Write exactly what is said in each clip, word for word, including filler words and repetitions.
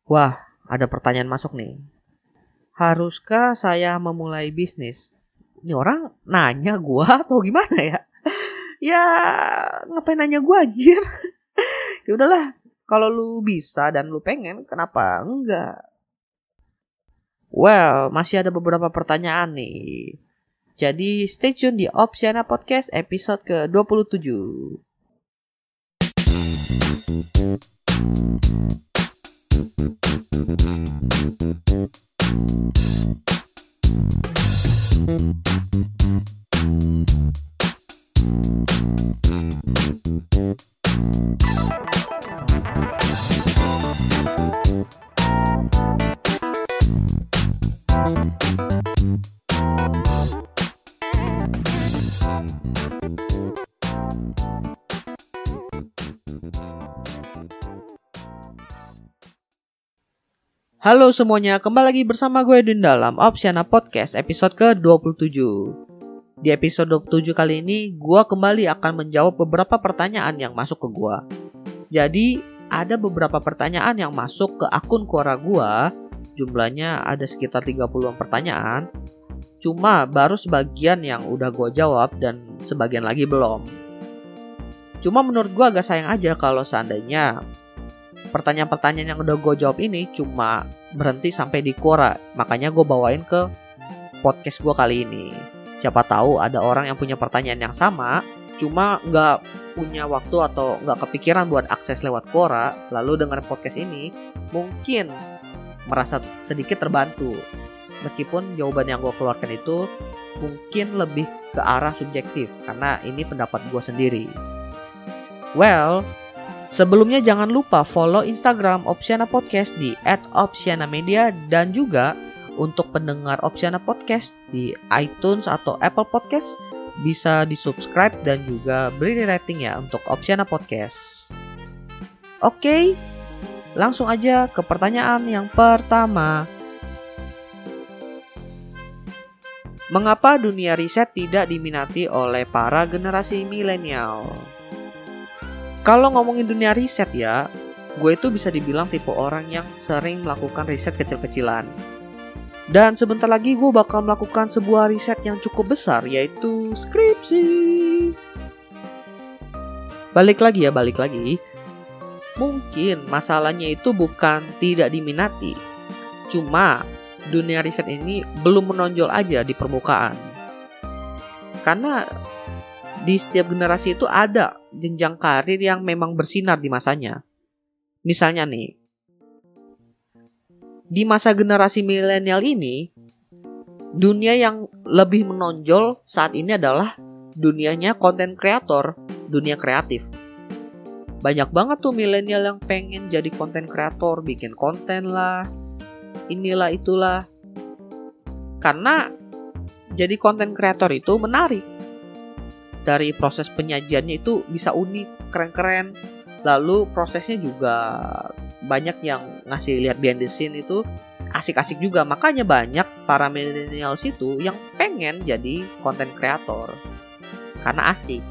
Wah, ada pertanyaan masuk nih. Haruskah saya memulai bisnis? Ini orang nanya gua atau gimana ya? Ya, ngapain nanya gua anjir? Ya udahlah, kalau lu bisa dan lu pengen, kenapa enggak? Well, masih ada beberapa pertanyaan nih. Jadi stay tune di Opsiana Podcast episode ke dua puluh tujuh. Halo semuanya, kembali lagi bersama gue Edwin dalam Opsiana Podcast episode ke dua puluh tujuh. Di episode dua puluh tujuh kali ini, gue kembali akan menjawab beberapa pertanyaan yang masuk ke gue. Jadi, ada beberapa pertanyaan yang masuk ke akun Quora gue. Jumlahnya ada sekitar tiga puluhan pertanyaan. Cuma baru sebagian yang udah gue jawab dan sebagian lagi belum. Cuma menurut gue agak sayang aja kalau seandainya pertanyaan-pertanyaan yang udah gue jawab ini cuma berhenti sampai di Quora. Makanya gue bawain ke podcast gue kali ini. Siapa tahu ada orang yang punya pertanyaan yang sama, cuma gak punya waktu atau gak kepikiran buat akses lewat Quora, lalu dengar podcast ini, mungkin merasa sedikit terbantu. Meskipun jawaban yang gue keluarkan itu mungkin lebih ke arah subjektif, karena ini pendapat gue sendiri. Well, sebelumnya jangan lupa follow Instagram Opsiana Podcast di et opsiana media dan juga untuk pendengar Opsiana Podcast di iTunes atau Apple Podcast bisa di-subscribe dan juga beri rating ya untuk Opsiana Podcast. Oke, langsung aja ke pertanyaan yang pertama. Mengapa dunia riset tidak diminati oleh para generasi milenial? Kalau ngomongin dunia riset ya, gue itu bisa dibilang tipe orang yang sering melakukan riset kecil-kecilan. Dan sebentar lagi gue bakal melakukan sebuah riset yang cukup besar, yaitu skripsi. Balik lagi ya, balik lagi. Mungkin masalahnya itu bukan tidak diminati. Cuma dunia riset ini belum menonjol aja di permukaan. Karena di setiap generasi itu ada jenjang karir yang memang bersinar di masanya. Misalnya nih, di masa generasi milenial ini, dunia yang lebih menonjol saat ini adalah dunianya konten kreator, dunia kreatif. Banyak banget tuh milenial yang pengen jadi konten kreator, bikin konten lah, inilah itulah. Karena jadi konten kreator itu menarik. Dari proses penyajiannya itu bisa unik, keren-keren. Lalu prosesnya juga banyak yang ngasih lihat behind the scene itu asik-asik juga. Makanya banyak para millennials itu yang pengen jadi konten kreator karena asik.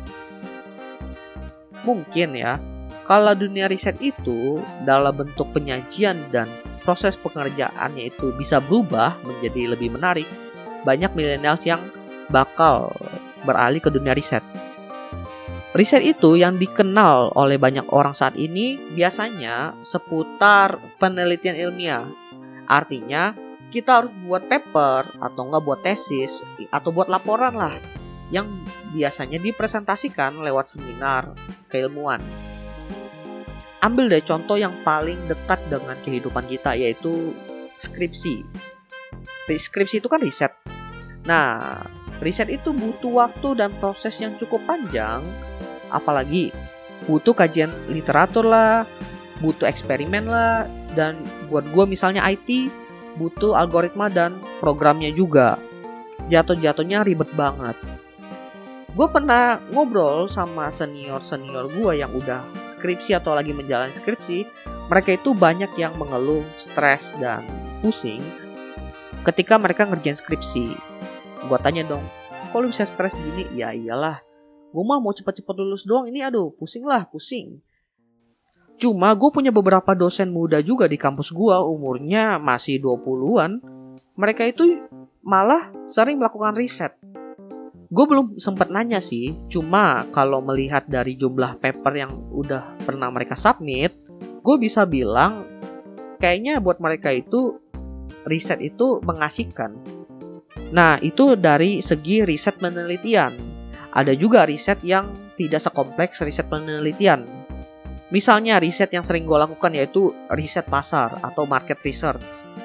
Mungkin ya, kalau dunia riset itu dalam bentuk penyajian dan proses pengerjaannya itu bisa berubah menjadi lebih menarik, banyak millennials yang bakal beralih ke dunia riset. Riset itu yang dikenal oleh banyak orang saat ini biasanya seputar penelitian ilmiah. Artinya kita harus buat paper atau enggak buat tesis atau buat laporan lah yang biasanya dipresentasikan lewat seminar keilmuan. Ambil deh contoh yang paling dekat dengan kehidupan kita, yaitu skripsi. Skripsi itu kan riset. Nah, riset itu butuh waktu dan proses yang cukup panjang, apalagi butuh kajian literatur lah, butuh eksperimen lah, dan buat gue misalnya I T, butuh algoritma dan programnya juga. Jatuh-jatuhnya ribet banget. Gue pernah ngobrol sama senior-senior gue yang udah skripsi atau lagi menjalani skripsi. Mereka itu banyak yang mengeluh, stres, dan pusing ketika mereka ngerjain skripsi. Gue tanya dong, kok lu bisa stres begini? Ya iyalah, gue mah mau cepet-cepet lulus doang, ini aduh pusing lah, pusing. Cuma gue punya beberapa dosen muda juga di kampus gue, umurnya masih dua puluhan. Mereka itu malah sering melakukan riset. Gue belum sempat nanya sih, cuma kalau melihat dari jumlah paper yang udah pernah mereka submit, gue bisa bilang kayaknya buat mereka itu riset itu mengasihkan. Nah, itu dari segi riset penelitian. Ada juga riset yang tidak sekompleks riset penelitian. Misalnya riset yang sering gue lakukan yaitu riset pasar atau market research.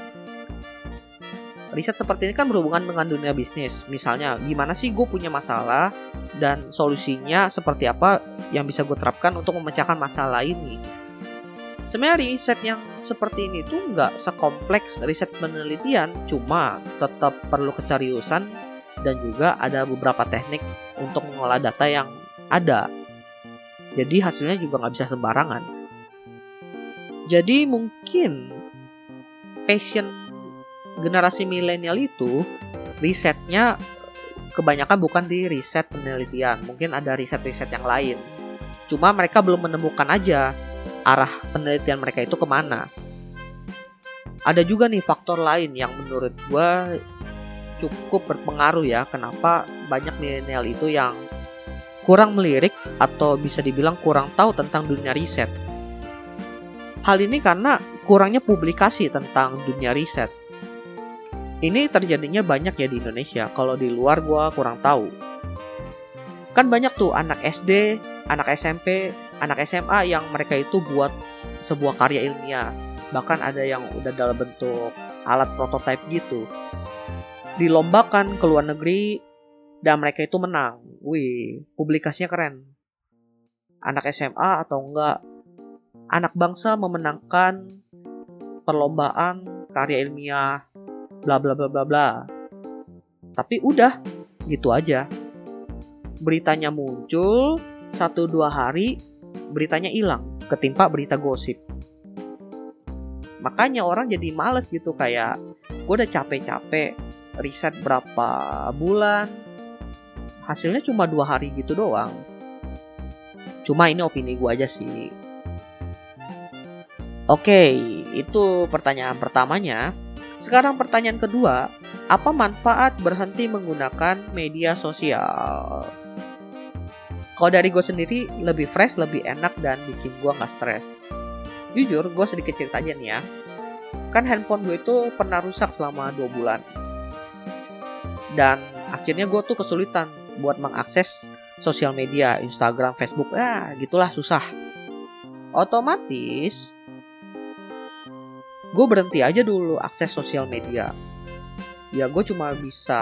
Riset seperti ini kan berhubungan dengan dunia bisnis. Misalnya gimana sih gue punya masalah dan solusinya seperti apa yang bisa gue terapkan untuk memecahkan masalah ini. Sebenarnya riset yang seperti ini tuh nggak sekompleks riset penelitian, cuma tetap perlu keseriusan dan juga ada beberapa teknik untuk mengolah data yang ada. Jadi hasilnya juga nggak bisa sembarangan. Jadi mungkin passion generasi milenial itu risetnya kebanyakan bukan di riset penelitian. Mungkin ada riset-riset yang lain. Cuma mereka belum menemukan aja arah penelitian mereka itu kemana. Ada juga nih faktor lain yang menurut gue cukup berpengaruh ya. Kenapa banyak milenial itu yang kurang melirik atau bisa dibilang kurang tahu tentang dunia riset. Hal ini karena kurangnya publikasi tentang dunia riset. Ini terjadinya banyak ya di Indonesia. Kalau di luar gue kurang tahu. Kan banyak tuh anak S D, anak S M P, anak S M A yang mereka itu buat sebuah karya ilmiah. Bahkan ada yang udah dalam bentuk alat prototipe gitu. Dilombakan ke luar negeri dan mereka itu menang. Wih, publikasinya keren. Anak S M A atau enggak anak bangsa memenangkan perlombaan karya ilmiah bla bla bla bla bla. Tapi udah, gitu aja. Beritanya muncul, satu dua hari beritanya hilang, ketimpa berita gosip. Makanya orang jadi males gitu, kayak gue udah capek-capek riset berapa bulan, hasilnya cuma dua hari gitu doang. Cuma ini opini gue aja sih. Oke, itu pertanyaan pertamanya. Sekarang pertanyaan kedua, apa manfaat berhenti menggunakan media sosial? Kalau dari gue sendiri, lebih fresh, lebih enak, dan bikin gue gak stres. Jujur, gue sedikit cerita aja nih ya. Kan handphone gue itu pernah rusak selama dua bulan. Dan akhirnya gue tuh kesulitan buat mengakses sosial media, Instagram, Facebook, ya gitulah susah. Otomatis, gue berhenti aja dulu akses sosial media. Ya gue cuma bisa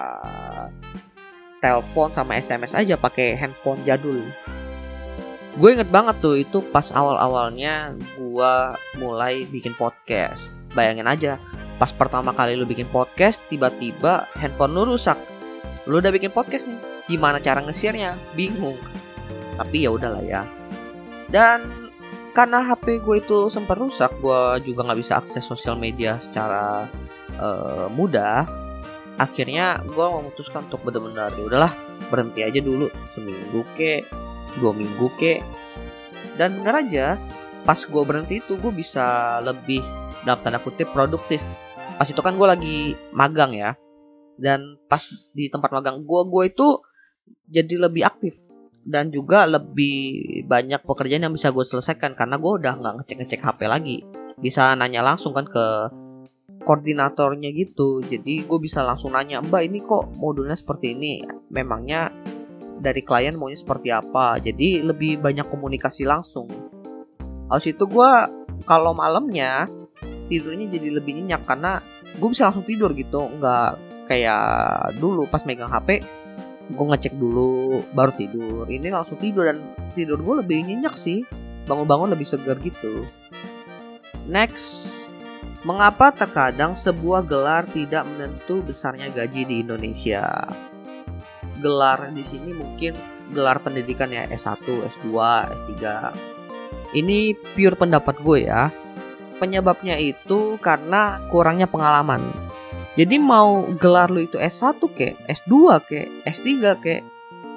telepon sama S M S aja pakai handphone jadul. Gue inget banget tuh itu pas awal-awalnya gue mulai bikin podcast. Bayangin aja, pas pertama kali lu bikin podcast, tiba-tiba handphone lu rusak. Lu udah bikin podcast nih, gimana cara nge-share-nya? Bingung. Tapi ya udahlah ya. Dan karena H P gue itu sempat rusak, gue juga nggak bisa akses sosial media secara uh, mudah. Akhirnya gue memutuskan untuk benar-benar ya udahlah, berhenti aja dulu seminggu ke, dua minggu ke. Dan bener aja, pas gue berhenti itu gue bisa lebih dalam tanda kutip produktif. Pas itu kan gue lagi magang ya, dan pas di tempat magang gue, gue itu jadi lebih aktif dan juga lebih banyak pekerjaan yang bisa gue selesaikan karena gue udah nggak ngecek-ngecek H P lagi, bisa nanya langsung kan ke koordinatornya gitu. Jadi gue bisa langsung nanya, mbak ini kok modulnya seperti ini, memangnya dari klien maunya seperti apa. Jadi lebih banyak komunikasi langsung. Habis itu gue kalau malamnya tidurnya jadi lebih nyenyak karena gue bisa langsung tidur gitu, nggak kayak dulu pas megang H P gue ngecek dulu baru tidur. Ini langsung tidur dan tidur gue lebih nyenyak sih, bangun-bangun lebih segar gitu. Next, mengapa terkadang sebuah gelar tidak menentu besarnya gaji di Indonesia? Gelar di sini mungkin gelar pendidikan ya, S satu, S dua, S tiga. Ini pure pendapat gue ya. Penyebabnya itu karena kurangnya pengalaman. Jadi mau gelar lu itu S satu ke, S dua ke, S tiga ke,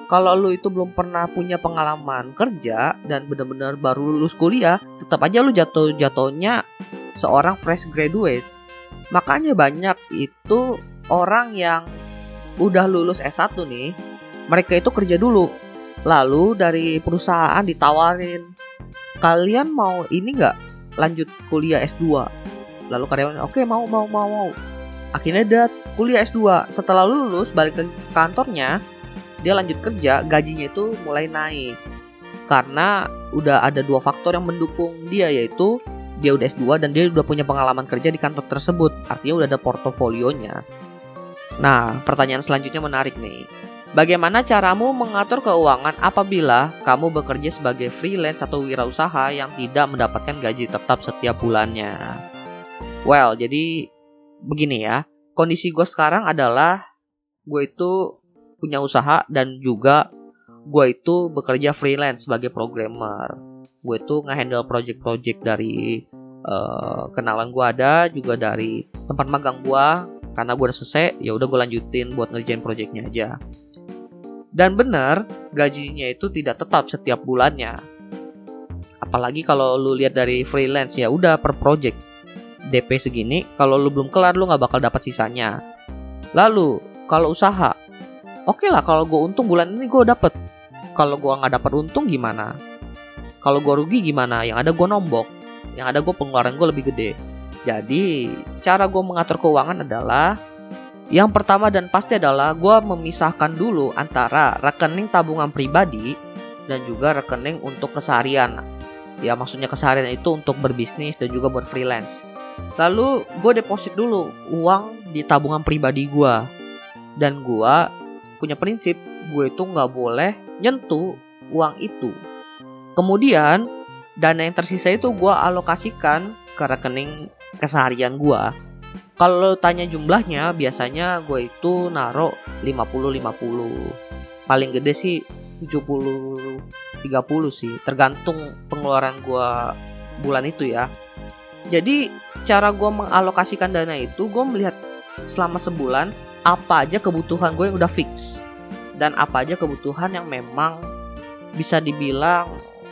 kalau lu itu belum pernah punya pengalaman kerja dan benar-benar baru lulus kuliah, tetap aja lu jatuh-jatuhnya seorang fresh graduate. Makanya banyak itu orang yang udah lulus S satu nih, mereka itu kerja dulu. Lalu dari perusahaan ditawarin, kalian mau ini nggak lanjut kuliah S dua? Lalu karyawan, oke mau mau mau mau. Akhirnya dia kuliah S dua. Setelah lulus balik ke kantornya, dia lanjut kerja, gajinya itu mulai naik. Karena udah ada dua faktor yang mendukung dia, yaitu dia udah S dua dan dia udah punya pengalaman kerja di kantor tersebut. Artinya udah ada portofolionya. Nah, pertanyaan selanjutnya menarik nih. Bagaimana caramu mengatur keuangan apabila kamu bekerja sebagai freelance atau wirausaha yang tidak mendapatkan gaji tetap setiap bulannya? Well, jadi begini ya. Kondisi gue sekarang adalah gue itu punya usaha dan juga gue itu bekerja freelance sebagai programmer. Gue itu nge-handle project-project dari uh, kenalan gue ada, juga dari tempat magang gue. Karena gue udah selesai, ya udah gue lanjutin buat ngerjain projectnya aja. Dan benar, gajinya itu tidak tetap setiap bulannya. Apalagi kalau lu lihat dari freelance, ya udah per project D P segini, kalau lu belum kelar lu nggak bakal dapat sisanya. Lalu kalau usaha, oke okay lah kalau gue untung bulan ini gue dapet. Kalau gue nggak dapat untung gimana? Kalau gue rugi gimana? Yang ada gue nombok, yang ada gue pengeluaran gue lebih gede. Jadi cara gue mengatur keuangan adalah, yang pertama dan pasti adalah gue memisahkan dulu antara rekening tabungan pribadi dan juga rekening untuk keseharian. Ya maksudnya keseharian itu untuk berbisnis dan juga buat freelance. Lalu gue deposit dulu uang di tabungan pribadi gue. Dan gue punya prinsip, gue itu gak boleh nyentuh uang itu. Kemudian dana yang tersisa itu gue alokasikan ke rekening keseharian gue. Kalau tanya jumlahnya, biasanya gue itu naruh lima puluh lima puluh. Paling gede sih tujuh puluh tiga puluh sih, tergantung pengeluaran gue bulan itu ya. Jadi cara gue mengalokasikan dana itu, gue melihat selama sebulan apa aja kebutuhan gue yang udah fix dan apa aja kebutuhan yang memang bisa dibilang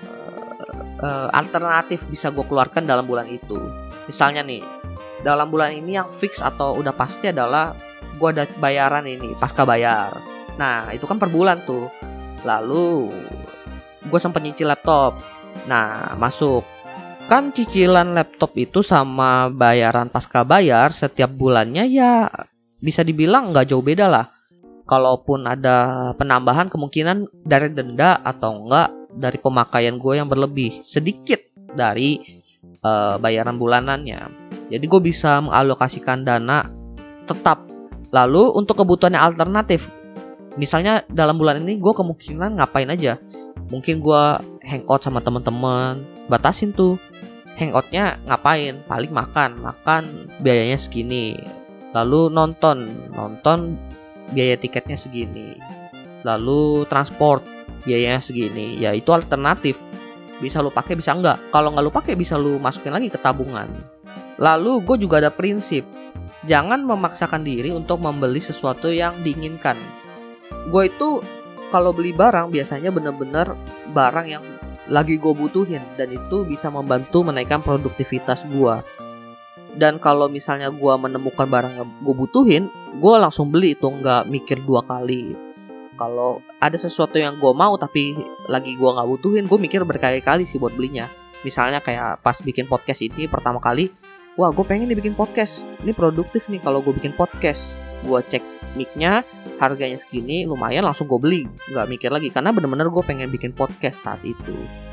uh, uh, alternatif bisa gue keluarkan dalam bulan itu. Misalnya nih, dalam bulan ini yang fix atau udah pasti adalah gue ada bayaran ini, pasca bayar. Nah itu kan per bulan tuh. Lalu gue sempat nyicil laptop. Nah masuk. Kan cicilan laptop itu sama bayaran pasca bayar setiap bulannya ya bisa dibilang gak jauh beda lah. Kalaupun ada penambahan, kemungkinan dari denda atau enggak dari pemakaian gue yang berlebih sedikit dari uh, bayaran bulanannya. Jadi gue bisa mengalokasikan dana tetap. Lalu untuk kebutuhan yang alternatif, misalnya dalam bulan ini gue kemungkinan ngapain aja. Mungkin gue hangout sama teman-teman, batasin tuh hangoutnya ngapain. Paling makan, makan biayanya segini. Lalu nonton, nonton biaya tiketnya segini. Lalu transport biayanya segini. Ya itu alternatif. Bisa lu pakai, bisa enggak. Kalau nggak lu pakai, bisa lu masukin lagi ke tabungan. Lalu gue juga ada prinsip, jangan memaksakan diri untuk membeli sesuatu yang diinginkan. Gue itu kalau beli barang biasanya bener-bener barang yang lagi gue butuhin, dan itu bisa membantu menaikkan produktivitas gue. Dan kalau misalnya gue menemukan barang yang gue butuhin, gue langsung beli itu, nggak mikir dua kali. Kalau ada sesuatu yang gue mau tapi lagi gue nggak butuhin, gue mikir berkali-kali sih buat belinya. Misalnya kayak pas bikin podcast ini pertama kali, wah gue pengen nih bikin podcast, ini produktif nih kalau gue bikin podcast. Gue cek mic-nya, harganya segini, lumayan, langsung gue beli. Gak mikir lagi, karena bener-bener gue pengen bikin podcast saat itu.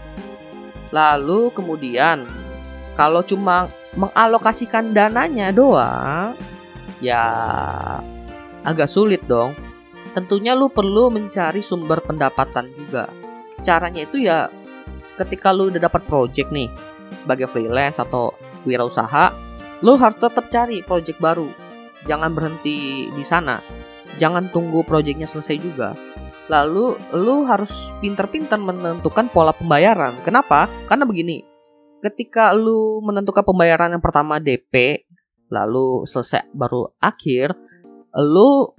Lalu kemudian, kalau cuma mengalokasikan dananya doang, ya agak sulit dong. Tentunya lu perlu mencari sumber pendapatan juga. Caranya itu ya, ketika lu udah dapat project nih, sebagai freelance atau wirausaha, lu harus tetap cari project baru. Jangan berhenti di sana. Jangan tunggu projectnya selesai juga. Lalu lu harus pintar-pintar menentukan pola pembayaran. Kenapa? Karena begini. Ketika lu menentukan pembayaran yang pertama D P, lalu selesai baru akhir, lu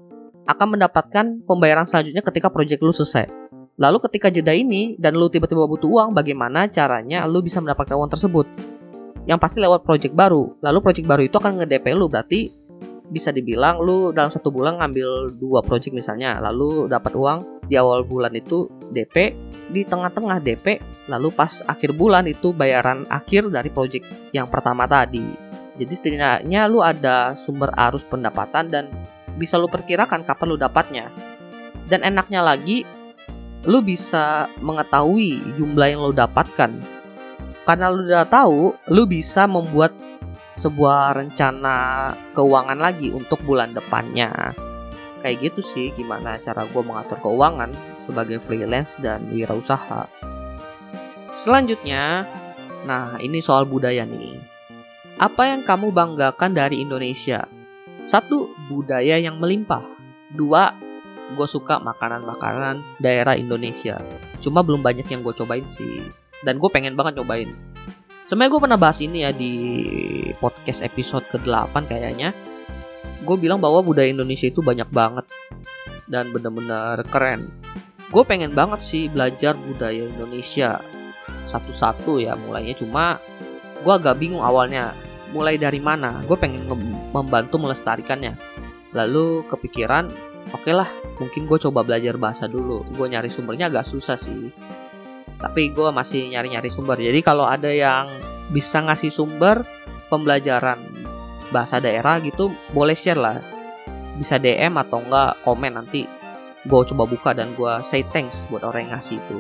akan mendapatkan pembayaran selanjutnya ketika project lu selesai. Lalu ketika jeda ini dan lu tiba-tiba butuh uang, bagaimana caranya lu bisa mendapatkan uang tersebut? Yang pasti lewat project baru. Lalu project baru itu akan nge-D P lu, berarti bisa dibilang lu dalam satu bulan ngambil dua project misalnya, lalu dapat uang di awal bulan itu D P, di tengah-tengah D P, lalu pas akhir bulan itu bayaran akhir dari project yang pertama tadi. Jadi setidaknya lu ada sumber arus pendapatan dan bisa lu perkirakan kapan lu dapatnya. Dan enaknya lagi, lu bisa mengetahui jumlah yang lu dapatkan. Karena lu udah tahu, lu bisa membuat sebuah rencana keuangan lagi untuk bulan depannya. Kayak gitu sih gimana cara gue mengatur keuangan sebagai freelance dan wirausaha. Selanjutnya, nah ini soal budaya nih. Apa yang kamu banggakan dari Indonesia? Satu, budaya yang melimpah. Dua, gue suka makanan-makanan daerah Indonesia. Cuma belum banyak yang gue cobain sih. Dan gue pengen banget cobain. Sebenarnya gue pernah bahas ini ya di podcast episode kedelapan kayaknya. Gue bilang bahwa budaya Indonesia itu banyak banget dan bener-bener keren. Gue pengen banget sih belajar budaya Indonesia satu-satu ya mulainya. Cuma gue agak bingung awalnya mulai dari mana. Gue pengen nge- membantu melestarikannya. Lalu kepikiran, oke okay lah, mungkin gue coba belajar bahasa dulu. Gue nyari sumbernya agak susah sih, tapi gue masih nyari-nyari sumber. Jadi kalau ada yang bisa ngasih sumber pembelajaran bahasa daerah gitu, boleh share lah. Bisa D M atau enggak komen, nanti gue coba buka dan gue say thanks buat orang yang ngasih itu.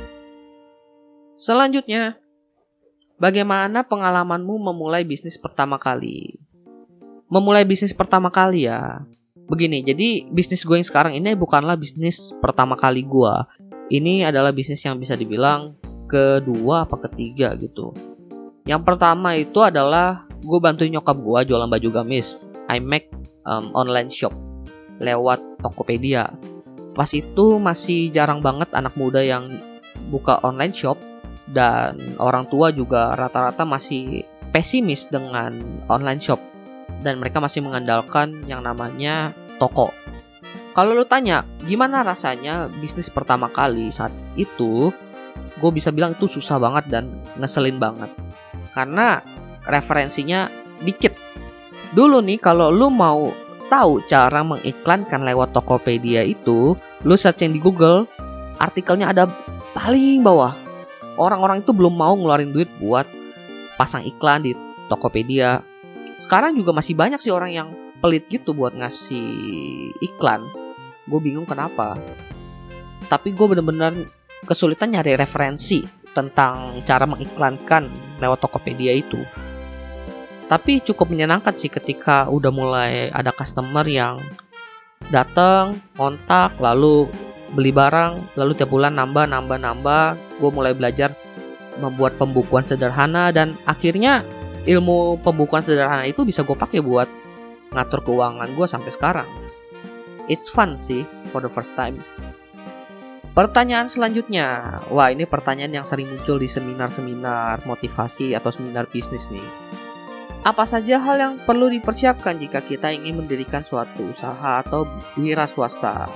Selanjutnya, bagaimana pengalamanmu memulai bisnis pertama kali? Memulai bisnis pertama kali ya. Begini, jadi bisnis gue yang sekarang ini bukanlah bisnis pertama kali gue. Ini adalah bisnis yang bisa dibilang kedua apa ketiga gitu. Yang pertama itu adalah gue bantuin nyokap gue jualan baju gamis. I make um, online shop lewat Tokopedia. Pas itu masih jarang banget anak muda yang buka online shop. Dan orang tua juga rata-rata masih pesimis dengan online shop. Dan mereka masih mengandalkan yang namanya toko. Kalau lu tanya, gimana rasanya bisnis pertama kali saat itu, gue bisa bilang itu susah banget dan ngeselin banget. Karena referensinya dikit. Dulu nih, kalau lu mau tahu cara mengiklankan lewat Tokopedia itu, lu searching di Google, artikelnya ada paling bawah. Orang-orang itu belum mau ngeluarin duit buat pasang iklan di Tokopedia. Sekarang juga masih banyak sih orang yang pelit gitu buat ngasih iklan. Gue bingung kenapa. Tapi gue bener-bener kesulitan nyari referensi tentang cara mengiklankan lewat Tokopedia itu. Tapi cukup menyenangkan sih ketika udah mulai ada customer yang datang, kontak, lalu beli barang, lalu tiap bulan nambah, nambah, nambah. Gue mulai belajar membuat pembukuan sederhana dan akhirnya ilmu pembukuan sederhana itu bisa gue pakai buat ngatur keuangan gue sampai sekarang. It's fun sih for the first time. Pertanyaan selanjutnya, wah ini pertanyaan yang sering muncul di seminar-seminar motivasi atau seminar bisnis nih. Apa saja hal yang perlu dipersiapkan jika kita ingin mendirikan suatu usaha atau wira swasta?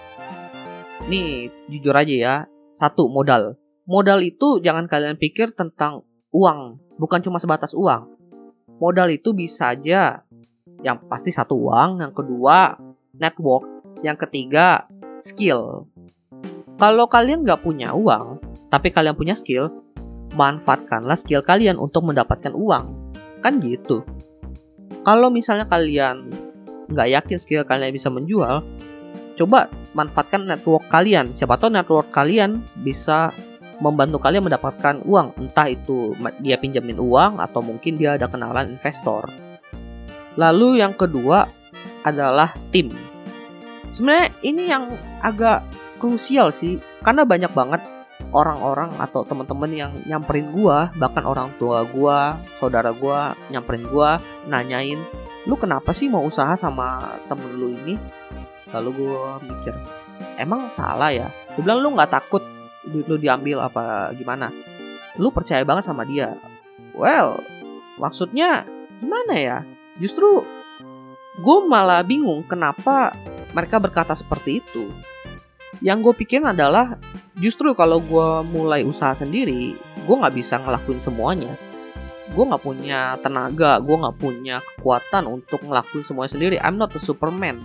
Nih jujur aja ya, satu, modal. Modal itu jangan kalian pikir tentang uang, bukan cuma sebatas uang. Modal itu bisa aja, yang pasti satu uang, yang kedua network, yang ketiga skill. Kalau kalian gak punya uang, tapi kalian punya skill, manfaatkanlah skill kalian untuk mendapatkan uang. Kan gitu. Kalau misalnya kalian gak yakin skill kalian bisa menjual, coba manfaatkan network kalian. Siapa tahu network kalian bisa membantu kalian mendapatkan uang. Entah itu dia pinjamin uang atau mungkin dia ada kenalan investor. Lalu yang kedua adalah tim. Sebenarnya ini yang agak krusial sih, karena banyak banget orang-orang atau teman-teman yang nyamperin gua, bahkan orang tua gua, saudara gua nyamperin gua, nanyain, "Lu kenapa sih mau usaha sama temen lu ini?" Lalu gua mikir, emang salah ya? Gua bilang, lu nggak takut duit lu diambil apa gimana? Lu percaya banget sama dia. Well, maksudnya gimana ya? Justru gue malah bingung kenapa mereka berkata seperti itu. Yang gue pikirin adalah justru kalau gue mulai usaha sendiri, gue gak bisa ngelakuin semuanya. Gue gak punya tenaga, gue gak punya kekuatan untuk ngelakuin semuanya sendiri. I'm not a Superman.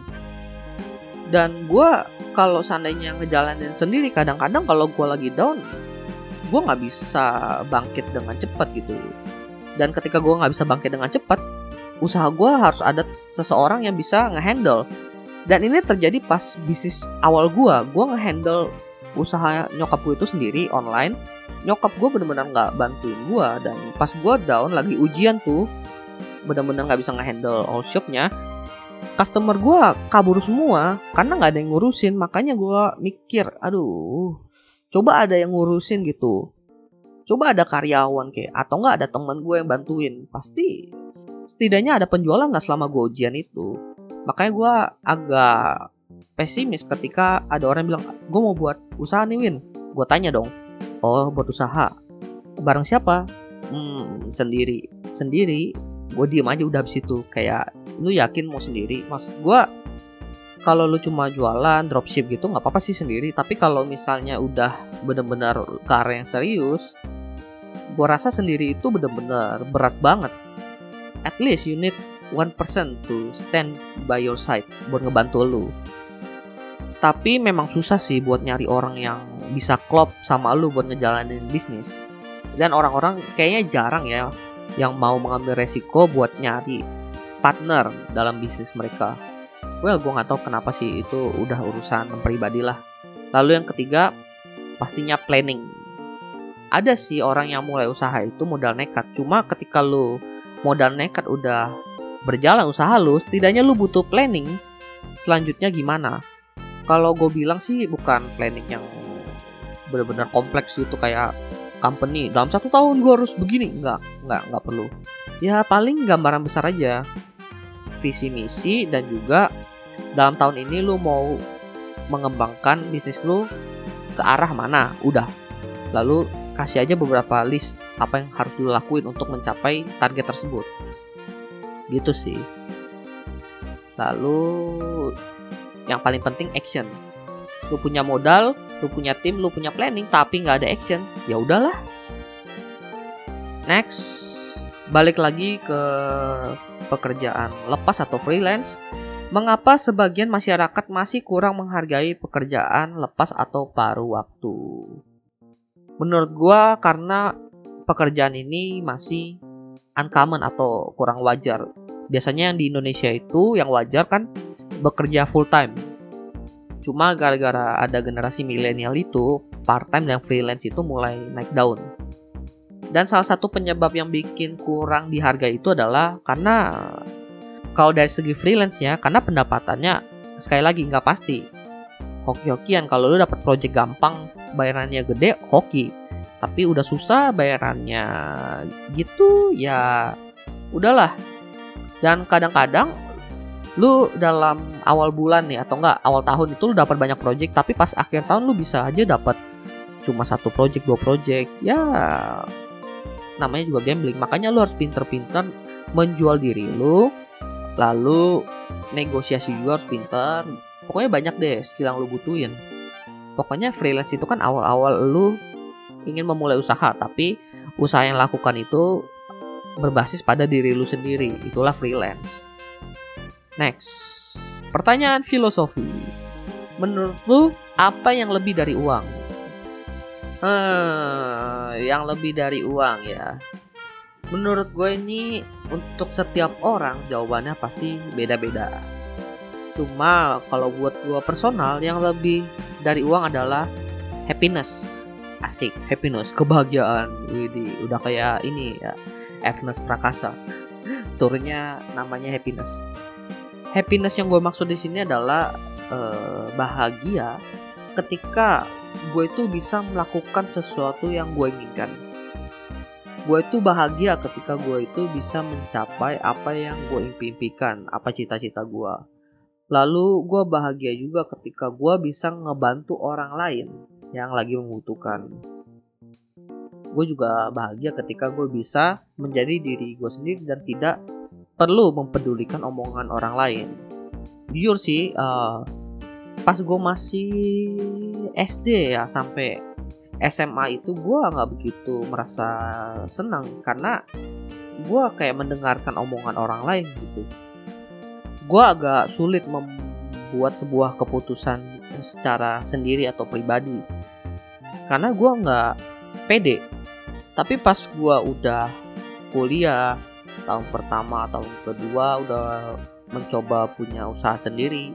Dan gue kalau seandainya ngejalanin sendiri, kadang-kadang kalau gue lagi down, gue gak bisa bangkit dengan cepat gitu. Dan ketika gue gak bisa bangkit dengan cepat, usaha gue harus ada seseorang yang bisa ngehandle. Dan ini terjadi pas bisnis awal gue. Gue ngehandle usaha nyokap gue itu sendiri online. Nyokap gue bener-bener gak bantuin gue. Dan pas gue down lagi ujian tuh, bener-bener gak bisa ngehandle all shopnya. Customer gue kabur semua karena gak ada yang ngurusin. Makanya gue mikir, aduh, coba ada yang ngurusin gitu. Coba ada karyawan kayak, atau gak ada teman gue yang bantuin. Pasti setidaknya ada penjualan gak selama gue ujian itu. Makanya gue agak pesimis ketika ada orang yang bilang, gue mau buat usaha nih Win. Gue tanya dong, oh buat usaha bareng siapa? Hmm, sendiri. Sendiri. Gue diem aja udah habis itu. Kayak, lu yakin mau sendiri? Maksud gue, kalau lu cuma jualan dropship gitu gak apa-apa sih sendiri. Tapi kalau misalnya udah bener-bener ke arah yang serius, gue rasa sendiri itu bener-bener berat banget. At least you need one person to stand by your side buat ngebantu lu. Tapi memang susah sih buat nyari orang yang bisa klop sama lu buat ngejalanin bisnis. Dan orang-orang kayaknya jarang ya yang mau mengambil resiko buat nyari partner dalam bisnis mereka. Well, gue gak tahu kenapa sih, itu udah urusan pribadi lah. Lalu yang ketiga, pastinya planning. Ada sih orang yang mulai usaha itu modal nekat. Cuma ketika lu modal nekat udah berjalan usaha lu, setidaknya lu butuh planning selanjutnya gimana. Kalau gue bilang sih bukan planning yang benar-benar kompleks gitu kayak company dalam satu tahun gue harus begini, enggak, enggak, enggak perlu. Ya paling gambaran besar aja, visi misi, dan juga dalam tahun ini lu mau mengembangkan bisnis lu ke arah mana, udah. Lalu kasih aja beberapa list apa yang harus lu lakuin untuk mencapai target tersebut. Gitu sih. Lalu yang paling penting action. Lu punya modal, lu punya tim, lu punya planning, tapi nggak ada action, ya udahlah. Next, balik lagi ke pekerjaan lepas atau freelance. Mengapa sebagian masyarakat masih kurang menghargai pekerjaan lepas atau paruh waktu? Menurut gua karena pekerjaan ini masih uncommon atau kurang wajar. Biasanya yang di Indonesia itu yang wajar kan bekerja full time. Cuma gara-gara ada generasi milenial itu, part time dan freelance itu mulai naik daun. Dan salah satu penyebab yang bikin kurang dihargai itu adalah karena kalau dari segi freelance-nya, karena pendapatannya sekali lagi nggak pasti. Hoki-hokian, kalau lu dapat project gampang, bayarannya gede, hoki. Tapi udah susah bayarannya gitu, ya udahlah. Dan kadang-kadang lu dalam awal bulan nih atau enggak awal tahun itu lu dapat banyak project, tapi pas akhir tahun lu bisa aja dapat cuma satu project, dua project. Ya namanya juga gambling. Makanya lu harus pinter-pinter menjual diri lu, lalu negosiasi juga harus pinter. Pokoknya banyak deh skill yang lu butuhin. Pokoknya freelance itu kan awal-awal lu ingin memulai usaha, tapi usaha yang lakukan itu berbasis pada diri lu sendiri. Itulah freelance. Next, pertanyaan filosofi. Menurut lu apa yang lebih dari uang? Hmm, yang lebih dari uang ya. Menurut gue ini untuk setiap orang jawabannya pasti beda-beda. Cuma kalau buat gue personal, yang lebih dari uang adalah happiness. Asik, happiness, kebahagiaan. Widih, udah kayak ini ya, Ernest Prakasa. Turnya namanya happiness. Happiness yang gue maksud di sini adalah eh, bahagia ketika gue itu bisa melakukan sesuatu yang gue inginkan. Gue itu bahagia ketika gue itu bisa mencapai apa yang gue impikan, apa cita-cita gue. Lalu gue bahagia juga ketika gue bisa ngebantu orang lain yang lagi membutuhkan. Gue juga bahagia ketika gue bisa menjadi diri gue sendiri dan tidak perlu mempedulikan omongan orang lain. Jujur sih, uh, pas gue masih S D ya sampai S M A itu gue nggak begitu merasa senang karena gue kayak mendengarkan omongan orang lain gitu. Gue agak sulit membuat sebuah keputusan secara sendiri atau pribadi karena gue nggak pede. Tapi pas gue udah kuliah tahun pertama, tahun kedua udah mencoba punya usaha sendiri,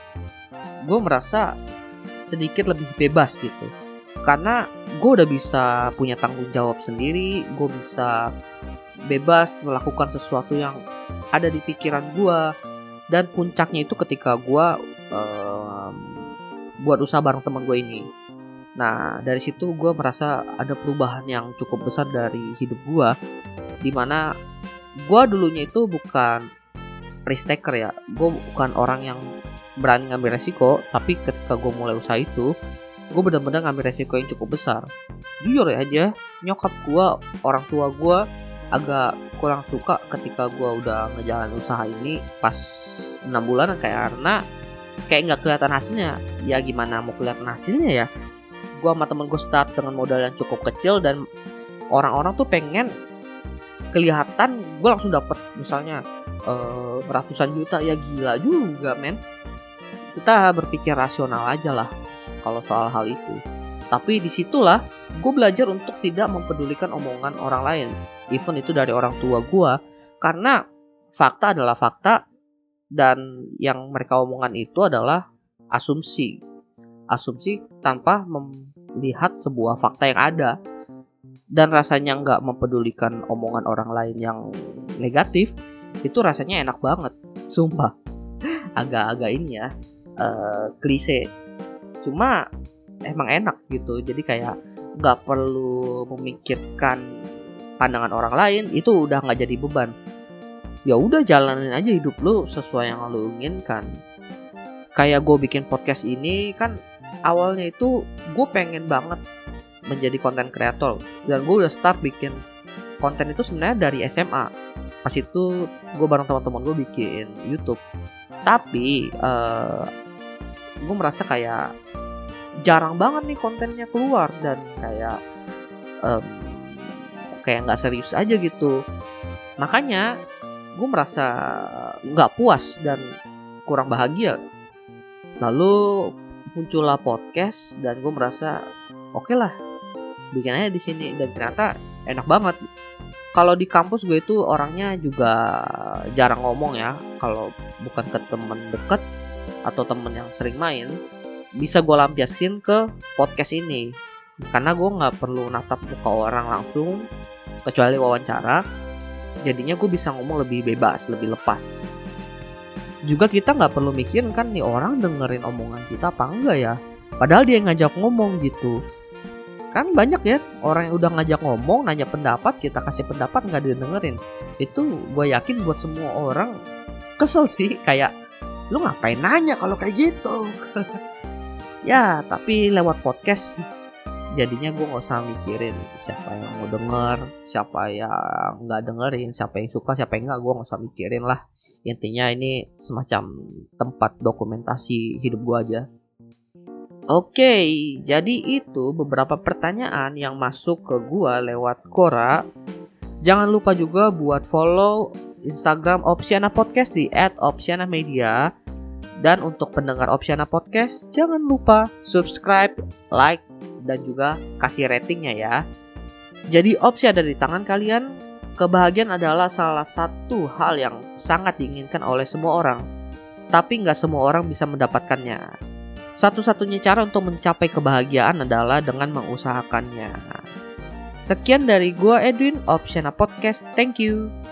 gue merasa sedikit lebih bebas gitu. Karena gue udah bisa punya tanggung jawab sendiri, gue bisa bebas melakukan sesuatu yang ada di pikiran gue. Dan puncaknya itu ketika gue um, buat usaha bareng teman gue ini. Nah dari situ gue merasa ada perubahan yang cukup besar dari hidup gue, dimana gue dulunya itu bukan risk taker ya, gue bukan orang yang berani ngambil resiko. Tapi ketika gue mulai usaha itu, gue benar-benar ngambil resiko yang cukup besar. Jujur ya aja, nyokap gue, orang tua gue agak kurang suka ketika gue udah ngejalanin usaha ini pas enam bulan, karena kayak nggak kelihatan hasilnya. Ya gimana mau kelihatan hasilnya ya? Gue sama temen gue start dengan modal yang cukup kecil dan orang-orang tuh pengen kelihatan gue langsung dapet misalnya uh, ratusan juta. Ya gila juga men. Kita berpikir rasional aja lah kalau soal hal itu. Tapi disitulah gue belajar untuk tidak mempedulikan omongan orang lain, even itu dari orang tua gue, karena fakta adalah fakta dan yang mereka omongan itu adalah asumsi, asumsi tanpa melihat sebuah fakta yang ada. Dan rasanya nggak mempedulikan omongan orang lain yang negatif itu rasanya enak banget, sumpah. Agak-agak ini ya, uh, klise. Cuma emang enak gitu. Jadi kayak gak perlu memikirkan pandangan orang lain. Itu udah gak jadi beban. Ya udah jalanin aja hidup lu sesuai yang lu inginkan. Kayak gue bikin podcast ini kan awalnya itu gue pengen banget menjadi konten kreator. Dan gue udah start bikin konten itu sebenarnya dari S M A. Pas itu gue bareng teman-teman gue bikin YouTube. Tapi uh, gue merasa kayak jarang banget nih kontennya keluar dan kayak um, kayak nggak serius aja gitu. Makanya gue merasa nggak puas dan kurang bahagia. Lalu muncullah podcast dan gue merasa oke okay lah, bikin aja di sini. Dan ternyata enak banget. Kalau di kampus gue itu orangnya juga jarang ngomong ya. Kalau bukan ke temen deket atau temen yang sering main, bisa gue lampiaskan ke podcast ini karena gue nggak perlu natap muka orang langsung kecuali wawancara. Jadinya gue bisa ngomong lebih bebas, lebih lepas. Juga kita nggak perlu mikirin kan nih orang dengerin omongan kita apa enggak ya, padahal dia yang ngajak ngomong gitu. Kan banyak ya orang yang udah ngajak ngomong, nanya pendapat, kita kasih pendapat nggak didengerin. Itu gue yakin buat semua orang kesel sih, kayak lu ngapain nanya kalau kayak gitu. Ya, tapi lewat podcast jadinya gue gak usah mikirin siapa yang mau denger, siapa yang gak dengerin, siapa yang suka, siapa yang gak. Gue gak usah mikirin lah. Intinya ini semacam tempat dokumentasi hidup gue aja. Oke, jadi itu beberapa pertanyaan yang masuk ke gue lewat Quora. Jangan lupa juga buat follow Instagram Opsiana Podcast di et opsiana media. Dan untuk pendengar Opsiana Podcast, jangan lupa subscribe, like, dan juga kasih ratingnya ya. Jadi opsi ada di tangan kalian. Kebahagiaan adalah salah satu hal yang sangat diinginkan oleh semua orang. Tapi nggak semua orang bisa mendapatkannya. Satu-satunya cara untuk mencapai kebahagiaan adalah dengan mengusahakannya. Sekian dari gua Edwin, Opsiana Podcast. Thank you.